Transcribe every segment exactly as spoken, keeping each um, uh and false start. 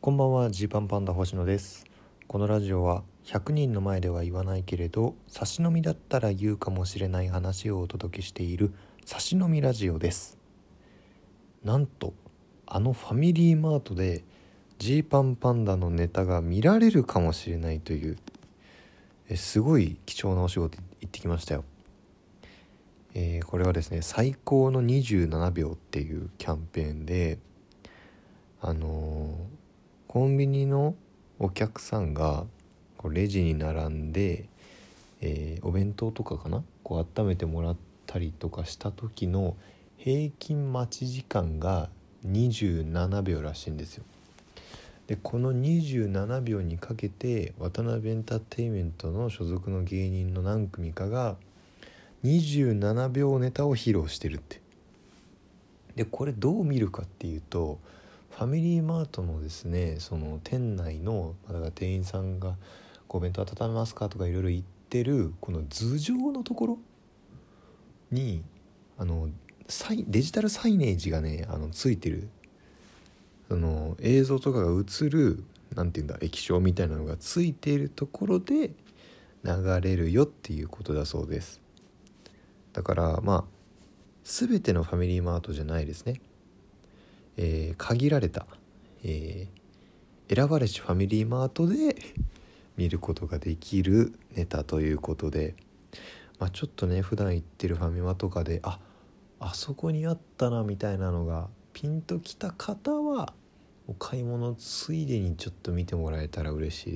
こんばんは、ジーパンパンダ星野です。このラジオはひゃくにんの前では言わないけれど差し飲みだったら言うかもしれない話をお届けしている差し飲みラジオです。なんとあのファミリーマートでジーパンパンダのネタが見られるかもしれないというえすごい貴重なお仕事行ってきましたよ。えー、これはですね、最高のにじゅうななびょうっていうキャンペーンで、あのーコンビニのお客さんがこうレジに並んで、えーお弁当とかかなこう温めてもらったりとかした時の平均待ち時間がにじゅうななびょうらしいんですよ。でこのにじゅうななびょうにかけて渡辺エンターテインメントの所属の芸人の何組かがにじゅうななびょうネタを披露してるって。でこれどう見るかっていうと、ファミリーマートのですね、その店内のだから店員さんがお弁当温めますかとかいろいろ言ってるこの頭上のところにあのサイデジタルサイネージがねあのついてる、その映像とかが映るなんていうんだ液晶みたいなのがついているところで流れるよっていうことだそうです。だからまあ全てのファミリーマートじゃないですね、えー、限られた、えー、選ばれしファミリーマートで見ることができるネタということで、まあ、ちょっとね普段行ってるファミマとかでああそこにあったなみたいなのがピンときた方はお買い物ついでにちょっと見てもらえたら嬉しいです。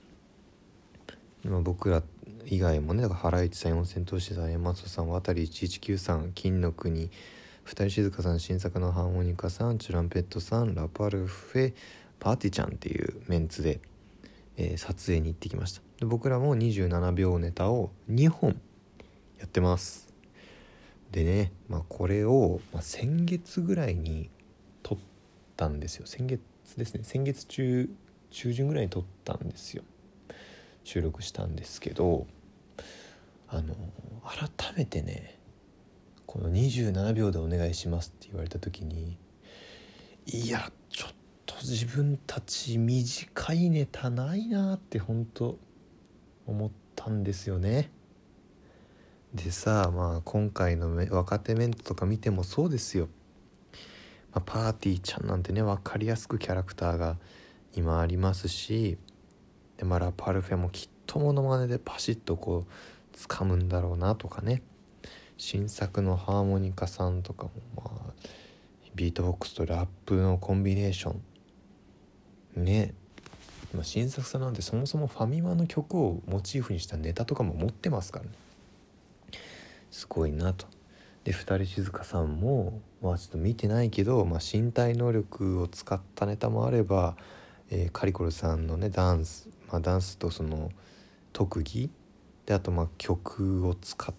今僕ら以外もね、だからハライチさん、四千頭身さん、山里さん、渡りいちいちきゅうさん、金の国、二人静香さん、新作のハーモニカさん、チュランペットさん、ラパルフェ、パーティちゃんっていうメンツで、えー、撮影に行ってきました。で僕らもにじゅうななびょうネタをにほんやってます。でね、まあ、これを、まあ、先月ぐらいに撮ったんですよ。先月ですね、先月中中旬ぐらいに撮ったんですよ。収録したんですけど、あの改めてねこのにじゅうななびょうでお願いしますって言われた時に、いやちょっと自分たち短いネタないなって本当思ったんですよね。でさ、まあ今回の若手メントとか見てもそうですよ、まあ、パーティーちゃんなんてね分かりやすくキャラクターが今ありますし、で、まあ、ラパルフェもきっとモノマネでパシッとこう掴むんだろうなとかね、新作のハーモニカさんとかも、まあ、ビートボックスとラップのコンビネーションね、まあ、新作さんなんてそもそもファミマの曲をモチーフにしたネタとかも持ってますからね、すごいなと。で二人静香さんもまあちょっと見てないけど、まあ、身体能力を使ったネタもあれば、えー、カリコルさんのねダンス、まあ、ダンスとその特技で、あとまあ曲を使った、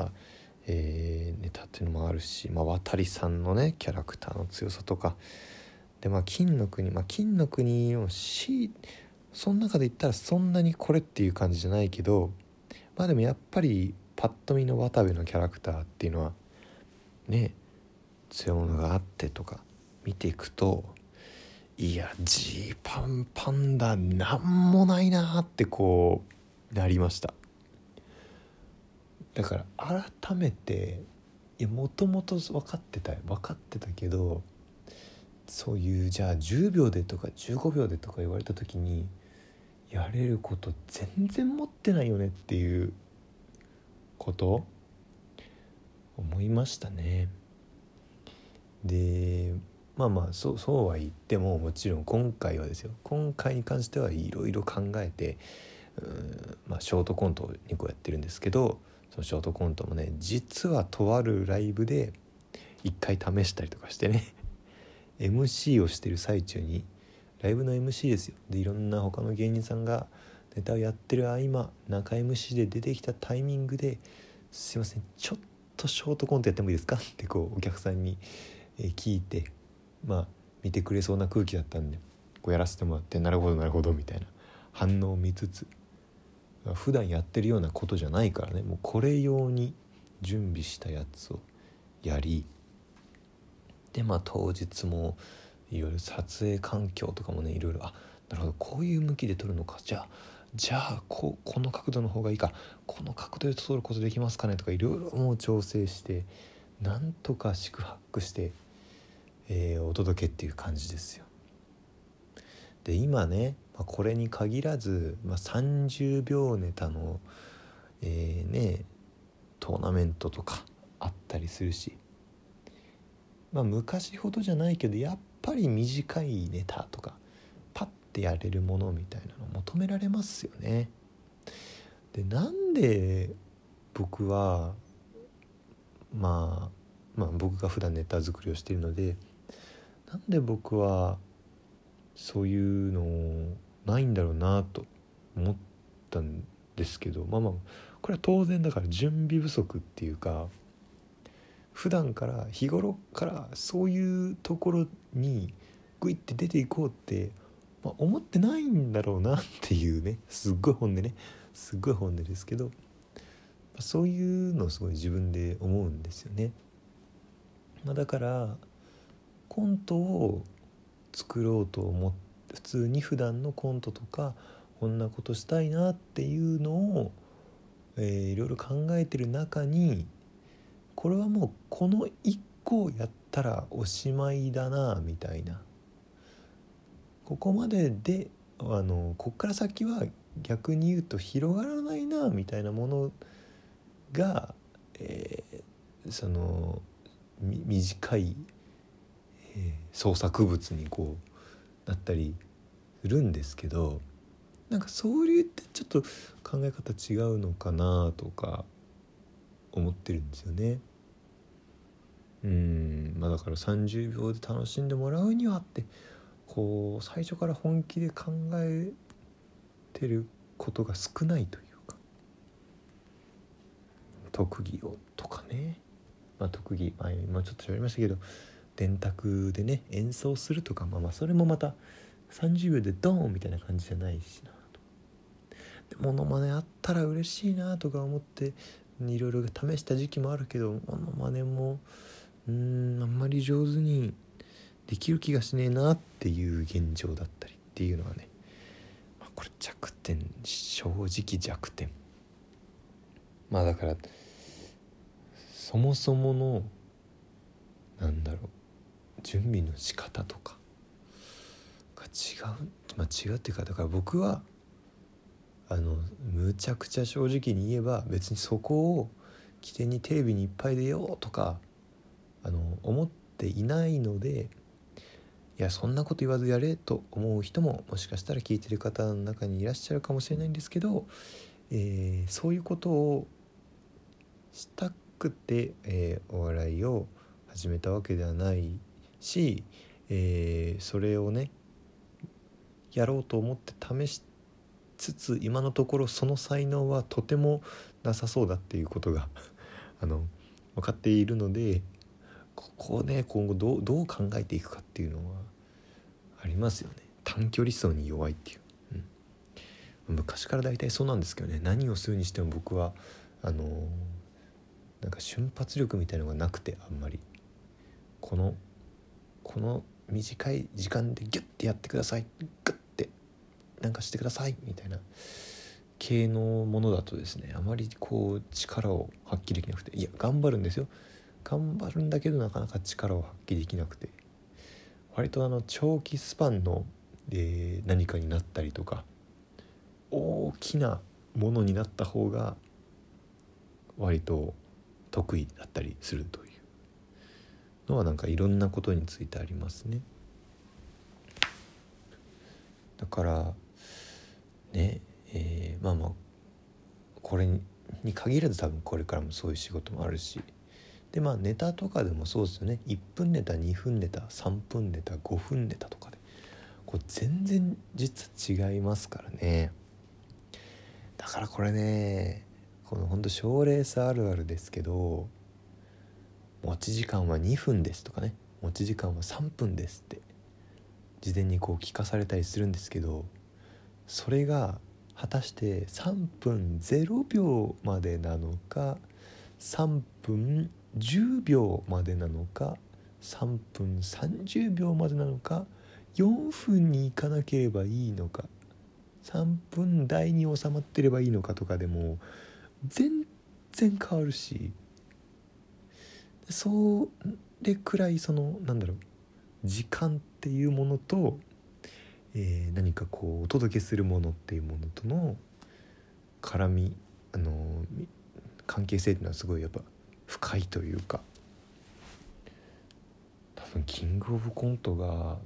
えー、ネタっていうのもあるし、まあ、渡さんのねキャラクターの強さとかで、まあ金の国、まあ金の国をしその中で言ったらそんなにこれっていう感じじゃないけど、まあでもやっぱりパッと見の渡部のキャラクターっていうのはね強いものがあってとか見ていくと、いやジーパンパンダなんもないなってこうなりました。だから改めて、いやもともと分かってたよ分かってたけど、そういうじゃあじゅうびょうでとかじゅうごびょうでとか言われた時にやれること全然持ってないよねっていうこと思いましたね。でまあまあそうそうは言っても、もちろん今回はですよ今回に関してはいろいろ考えて、うーん、まあ、ショートコントをにこやってるんですけど、そのショートコントもね実はとあるライブで一回試したりとかしてねエムシー をしてる最中に、ライブの エムシー ですよ、でいろんな他の芸人さんがネタをやってる合間、中 エムシー で出てきたタイミングで、すいませんちょっとショートコントやってもいいですかってこうお客さんに聞いて、まあ見てくれそうな空気だったんでこうやらせてもらって、なるほどなるほどみたいな反応を見つつ、普段やってるようなことじゃないからね、もうこれ用に準備したやつをやり、でまあ当日もいろいろ撮影環境とかもねいろいろ、あ、なるほど、こういう向きで撮るのか、じゃあじゃあここの角度の方がいいか、この角度で撮ることできますかねとかいろいろもう調整してなんとか四苦八苦して、えー、お届けっていう感じですよ。で今ね、まあ、これに限らず、まあ、さんじゅうびょうネタの、えー、ねトーナメントとかあったりするし、まあ昔ほどじゃないけどやっぱり短いネタとかパッてやれるものみたいなの求められますよね。でなんで僕はまあまあ僕が普段ネタ作りをしているので、なんで僕はそういうのないんだろうなと思ったんですけど、まあまあこれは当然だから準備不足っていうか、普段から日頃からそういうところにグイって出ていこうって、まあ、思ってないんだろうなっていうね、すっごい本音ねすっごい本音ですけど、そういうのをすごい自分で思うんですよね。まあ、だからコントを作ろうと思って普通に普段のコントとかこんなことしたいなっていうのを、えー、いろいろ考えてる中に、これはもうこのいっこやったらおしまいだなみたいな、ここまでであのこっから先は逆に言うと広がらないなみたいなものが、えー、その短い、えー、創作物にこうなったりするんですけど、なんかそういうってちょっと考え方違うのかなとか思ってるんですよね。うーんまあだからさんじゅうびょうで楽しんでもらうにはってこう最初から本気で考えてることが少ないというか、特技をとかね、まあ、特技、まあ、今ちょっと喋りましたけど電卓でね演奏するとか、まあまあそれもまたさんじゅうびょうでドーンみたいな感じじゃないしなと。でモノマネあったら嬉しいなとか思っていろいろ試した時期もあるけど、モノマネもうーんあんまり上手にできる気がしねえなっていう現状だったりっていうのはね、まあ、これ弱点、正直弱点。まあだからそもそものなんだろう準備の仕方とかが違う、まあ違うっていうか、だから僕はあのむちゃくちゃ正直に言えば別にそこを起点にテレビにいっぱい出ようとかあの思っていないので、いやそんなこと言わずやれと思う人ももしかしたら聞いてる方の中にいらっしゃるかもしれないんですけど、えー、そういうことをしたくて、えー、お笑いを始めたわけではないし、えー、それをねやろうと思って試しつつ今のところその才能はとてもなさそうだっていうことがあの分かっているので、ここをね今後どう、どう考えていくかっていうのはありますよね。短距離走に弱いっていう、うん、昔から大体そうなんですけどね、何をするにしても僕はあのー、なんか瞬発力みたいなのがなくて、あんまりこのこの短い時間でギュッてやってください、グッてなんかしてくださいみたいな系のものだとですね、あまりこう力を発揮できなくて、いや頑張るんですよ、頑張るんだけどなかなか力を発揮できなくて、割とあの長期スパンの、えー、何かになったりとか大きなものになった方が割と得意だったりするというのはなんかいろんなことについてありますね。だからね、えー、まあまあこれに限らず多分これからもそういう仕事もあるし、でまあネタとかでもそうですよね。いっぷんネタ、にふんネタ、さんぷんネタ、ごふんネタとかでこれ全然実は違いますからね。だからこれね、このほんと賞レースあるあるですけど、持ち時間はにふんですとかね、持ち時間はさんぷんですって事前にこう聞かされたりするんですけど、それが果たしてさんぷんぜろびょうまでなのかさんぷんじゅうびょうまでなのかさんぷんさんじゅうびょうまでなのかよんぷんに行かなければいいのかさんぷん台に収まってればいいのかとかでも全然変わるし、それくらいそのなんだろう時間っていうものと、えー、何かこうお届けするものっていうものとの絡み、あのー、関係性っていうのはすごいやっぱ深いというか、多分キングオブコントが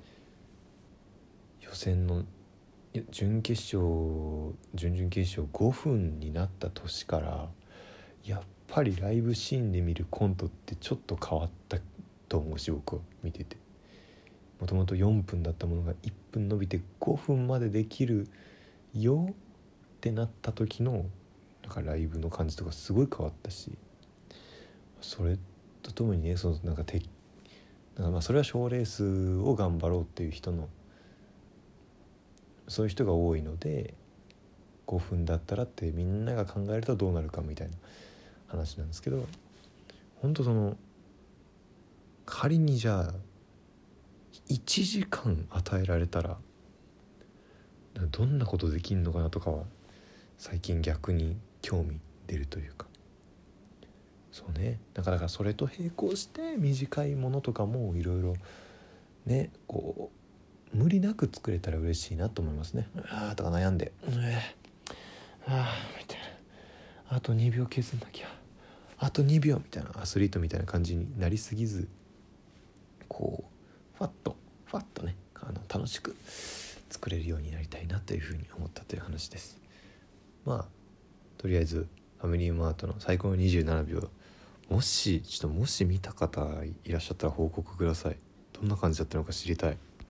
予選の準決勝準々決勝ごふんになった年からやっぱりライブシーンで見るコントってちょっと変わったと思うし、僕は見ててもともとよんぷんだったものがいっぷん伸びてごふんまでできるよってなった時のなんかライブの感じとかすごい変わったし、それとともにねそのなんかてなんかまあそれは賞レースを頑張ろうっていう人のそういう人が多いのでごふんだったらってみんなが考えるとどうなるかみたいな話なんですけど、本当その仮にじゃあいちじかん与えられたらどんなことできんのかなとかは最近逆に興味出るというか、そうね、だからそれと並行して短いものとかもいろいろねこう無理なく作れたら嬉しいなと思いますね。あーとか悩んで、うえあーみたいな、あとにびょう削んなきゃ、あとにびょうみたいなアスリートみたいな感じになりすぎず、こうファッとファッとねあの楽しく作れるようになりたいなというふうに思ったという話です。まあとりあえずファミリーマートの最高のにじゅうななびょう、もしちょっともし見た方いらっしゃったら報告ください。どんな感じだったのか知りたい。